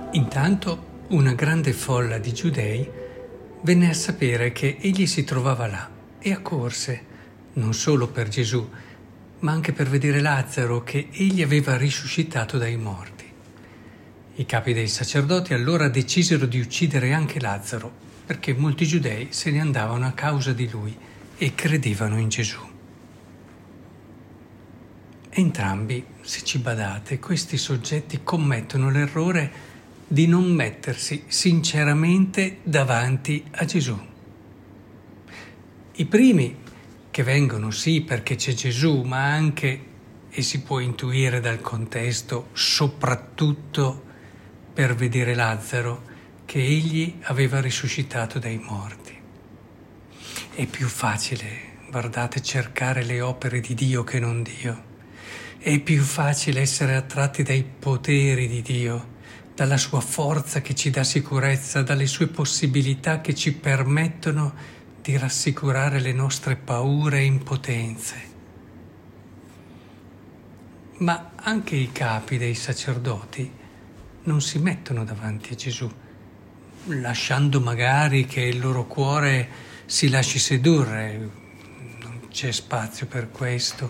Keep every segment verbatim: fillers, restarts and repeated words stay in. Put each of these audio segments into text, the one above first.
Intanto una grande folla di giudei venne a sapere che egli si trovava là e accorse, non solo per Gesù, ma anche per vedere Lazzaro che egli aveva risuscitato dai morti. I capi dei sacerdoti allora decisero di uccidere anche Lazzaro, perché molti giudei se ne andavano a causa di lui e credevano in Gesù. Entrambi, se ci badate, questi soggetti commettono l'errore di non mettersi sinceramente davanti a Gesù. I primi, che vengono sì perché c'è Gesù, ma anche, e si può intuire dal contesto, soprattutto per vedere Lazzaro, che egli aveva risuscitato dai morti. È più facile, guardate, cercare le opere di Dio che non Dio. È più facile essere attratti dai poteri di Dio, dalla sua forza che ci dà sicurezza, dalle sue possibilità che ci permettono di rassicurare le nostre paure e impotenze. Ma anche i capi dei sacerdoti non si mettono davanti a Gesù, lasciando magari che il loro cuore si lasci sedurre. Non c'è spazio per questo.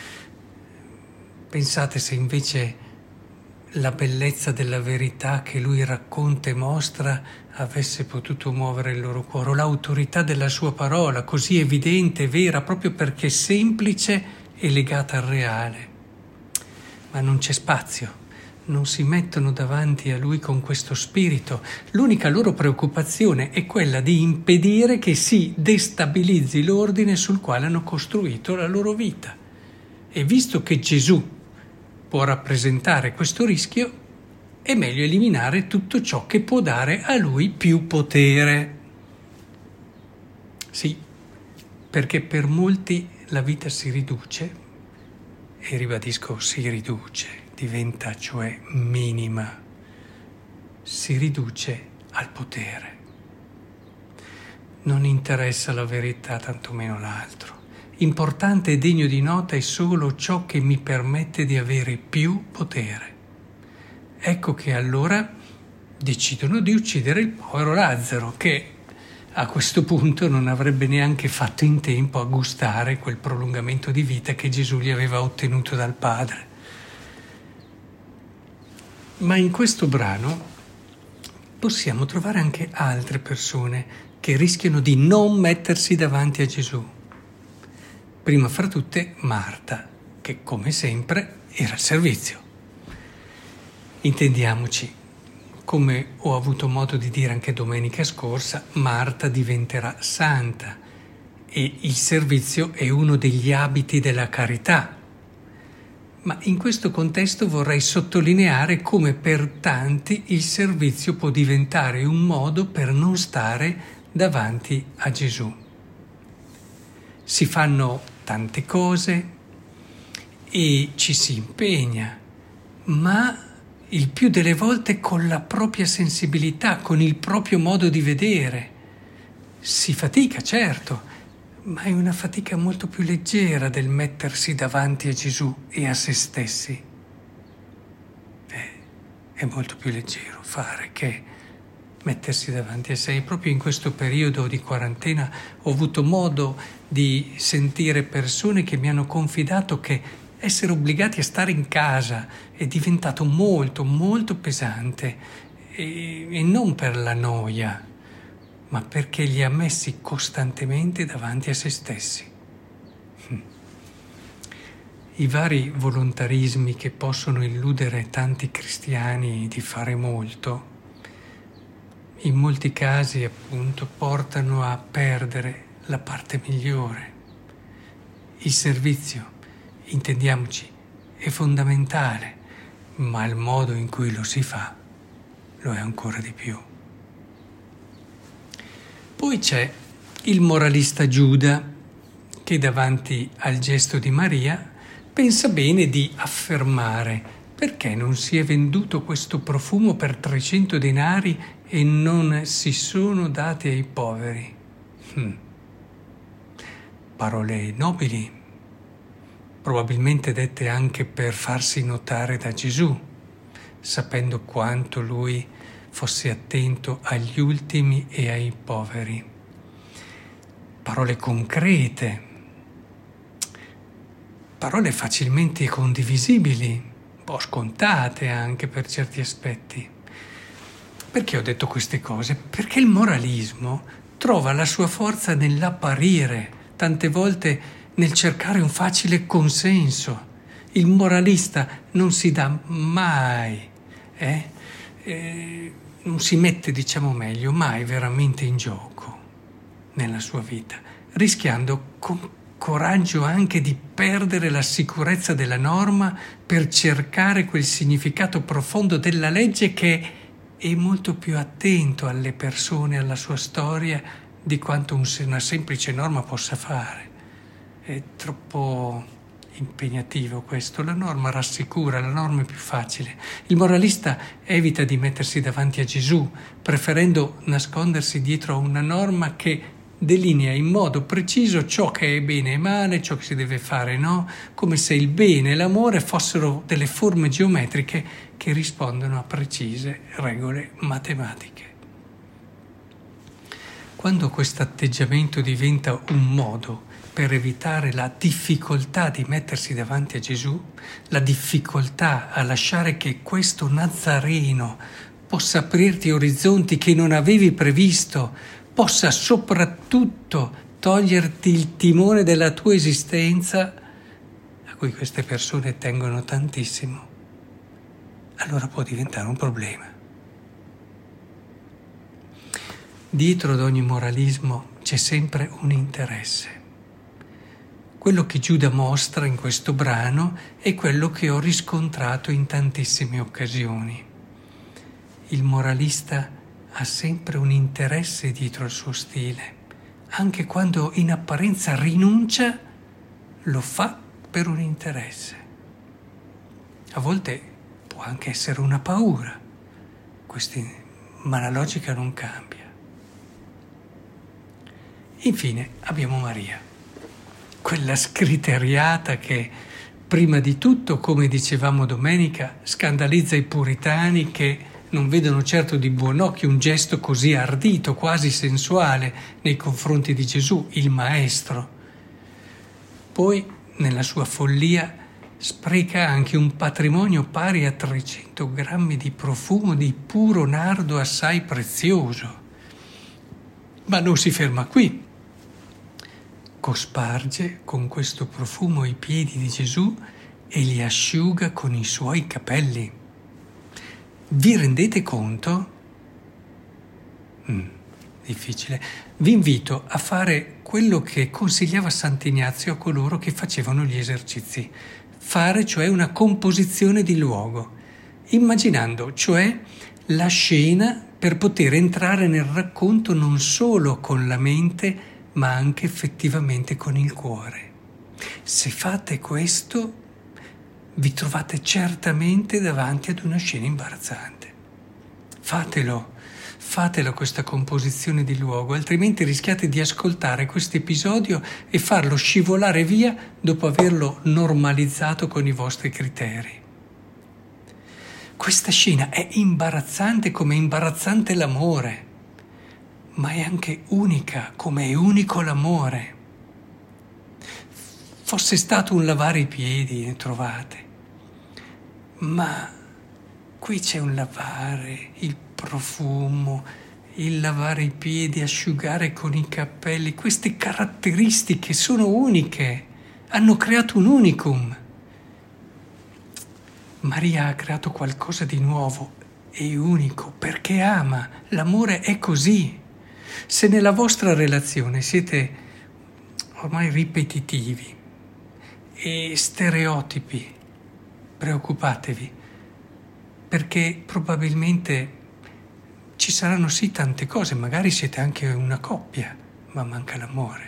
Pensate se invece la bellezza della verità che lui racconta e mostra avesse potuto muovere il loro cuore, o l'autorità della sua parola, così evidente e vera, proprio perché semplice e legata al reale. Ma non c'è spazio, non si mettono davanti a lui con questo spirito. L'unica loro preoccupazione è quella di impedire che si destabilizzi l'ordine sul quale hanno costruito la loro vita. E visto che Gesù può rappresentare questo rischio, è meglio eliminare tutto ciò che può dare a lui più potere. Sì, perché per molti la vita si riduce, e ribadisco si riduce, diventa cioè minima, si riduce al potere. Non interessa la verità, tantomeno l'altro. Importante e degno di nota è solo ciò che mi permette di avere più potere. Ecco che allora decidono di uccidere il povero Lazzaro, che a questo punto non avrebbe neanche fatto in tempo a gustare quel prolungamento di vita che Gesù gli aveva ottenuto dal Padre. Ma in questo brano possiamo trovare anche altre persone che rischiano di non mettersi davanti a Gesù. Prima fra tutte Marta, che come sempre era al servizio. Intendiamoci, come ho avuto modo di dire anche domenica scorsa, Marta diventerà santa e il servizio è uno degli abiti della carità. Ma in questo contesto vorrei sottolineare come per tanti il servizio può diventare un modo per non stare davanti a Gesù. Si fanno tante cose e ci si impegna, ma il più delle volte con la propria sensibilità, con il proprio modo di vedere. Si fatica, certo, ma è una fatica molto più leggera del mettersi davanti a Gesù e a se stessi. Eh, è molto più leggero fare che mettersi davanti a sé. Proprio in questo periodo di quarantena ho avuto modo di sentire persone che mi hanno confidato che essere obbligati a stare in casa è diventato molto, molto pesante, e, e non per la noia, ma perché li ha messi costantemente davanti a se stessi. I vari volontarismi che possono illudere tanti cristiani di fare molto, in molti casi appunto portano a perdere la parte migliore. Il servizio, intendiamoci, è fondamentale, ma il modo in cui lo si fa lo è ancora di più. Poi c'è il moralista Giuda, che davanti al gesto di Maria pensa bene di affermare: perché non si è venduto questo profumo per trecento denari e non si sono dati ai poveri? Hmm. Parole nobili, probabilmente dette anche per farsi notare da Gesù, sapendo quanto lui fosse attento agli ultimi e ai poveri. Parole concrete, parole facilmente condivisibili, un po' scontate anche per certi aspetti. Perché ho detto queste cose? Perché il moralismo trova la sua forza nell'apparire, tante volte nel cercare un facile consenso. Il moralista non si dà mai, eh? Eh, non si mette, diciamo meglio, mai veramente in gioco nella sua vita, rischiando con coraggio anche di perdere la sicurezza della norma per cercare quel significato profondo della legge che è molto più attento alle persone, alla sua storia, di quanto una semplice norma possa fare. È troppo impegnativo questo. La norma rassicura, la norma è più facile. Il moralista evita di mettersi davanti a Gesù, preferendo nascondersi dietro a una norma che delinea in modo preciso ciò che è bene e male, ciò che si deve fare e no, come se il bene e l'amore fossero delle forme geometriche che rispondono a precise regole matematiche. Quando questo atteggiamento diventa un modo per evitare la difficoltà di mettersi davanti a Gesù, la difficoltà a lasciare che questo Nazareno possa aprirti orizzonti che non avevi previsto, possa soprattutto toglierti il timore della tua esistenza, a cui queste persone tengono tantissimo, allora può diventare un problema. Dietro ad ogni moralismo c'è sempre un interesse. Quello che Giuda mostra in questo brano è quello che ho riscontrato in tantissime occasioni. Il moralista ha sempre un interesse dietro al suo stile. Anche quando in apparenza rinuncia, lo fa per un interesse. A volte può anche essere una paura, questi, ma la logica non cambia. Infine abbiamo Maria, quella scriteriata che prima di tutto, come dicevamo domenica, scandalizza i puritani che non vedono certo di buon occhio un gesto così ardito, quasi sensuale, nei confronti di Gesù, il Maestro. Poi, nella sua follia, spreca anche un patrimonio pari a trecento grammi di profumo di puro nardo assai prezioso. Ma non si ferma qui. Cosparge con questo profumo i piedi di Gesù e li asciuga con i suoi capelli. Vi rendete conto? Mm, difficile. Vi invito a fare quello che consigliava Sant'Ignazio a coloro che facevano gli esercizi. Fare, cioè, una composizione di luogo, immaginando, cioè, la scena per poter entrare nel racconto non solo con la mente, ma anche effettivamente con il cuore. Se fate questo, vi trovate certamente davanti ad una scena imbarazzante. Fatelo, fatelo questa composizione di luogo, altrimenti rischiate di ascoltare questo episodio e farlo scivolare via dopo averlo normalizzato con i vostri criteri. Questa scena è imbarazzante come è imbarazzante l'amore, ma è anche unica come è unico l'amore. Fosse stato un lavare i piedi, ne trovate, ma qui c'è un lavare, il profumo, il lavare i piedi, asciugare con i capelli, queste caratteristiche sono uniche, hanno creato un unicum. Maria ha creato qualcosa di nuovo e unico perché ama, l'amore è così. Se nella vostra relazione siete ormai ripetitivi e stereotipi, preoccupatevi, perché probabilmente ci saranno sì tante cose, magari siete anche una coppia, ma manca l'amore.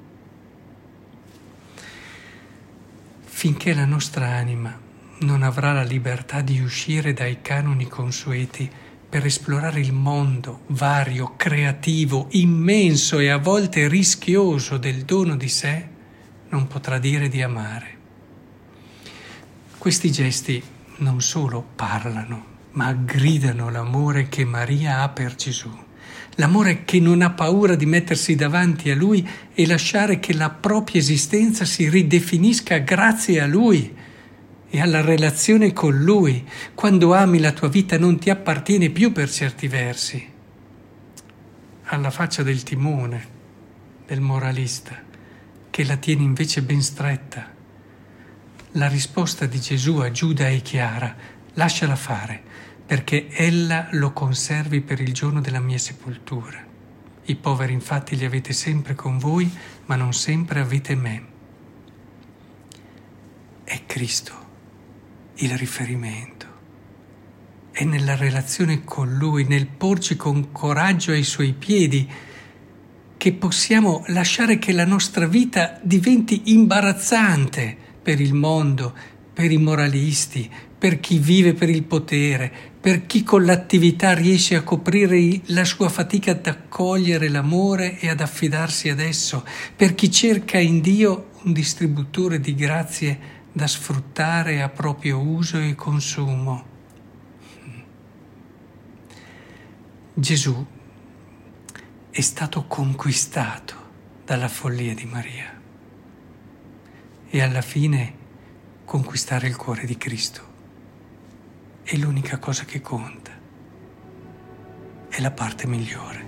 Finché la nostra anima non avrà la libertà di uscire dai canoni consueti per esplorare il mondo vario, creativo, immenso e a volte rischioso del dono di sé, non potrà dire di amare. Questi gesti non solo parlano, ma gridano l'amore che Maria ha per Gesù. L'amore che non ha paura di mettersi davanti a Lui e lasciare che la propria esistenza si ridefinisca grazie a Lui e alla relazione con Lui. Quando ami, la tua vita non ti appartiene più per certi versi. Alla faccia del timone, del moralista, che la tiene invece ben stretta. La risposta di Gesù a Giuda è chiara: lasciala fare, perché ella lo conservi per il giorno della mia sepoltura. I poveri infatti li avete sempre con voi, ma non sempre avete me. È Cristo il riferimento. È nella relazione con Lui, nel porci con coraggio ai Suoi piedi, che possiamo lasciare che la nostra vita diventi imbarazzante per il mondo, per i moralisti, per chi vive per il potere, per chi con l'attività riesce a coprire la sua fatica ad accogliere l'amore e ad affidarsi ad esso, per chi cerca in Dio un distributore di grazie da sfruttare a proprio uso e consumo. Gesù è stato conquistato dalla follia di Maria e alla fine conquistare il cuore di Cristo è l'unica cosa che conta, è la parte migliore.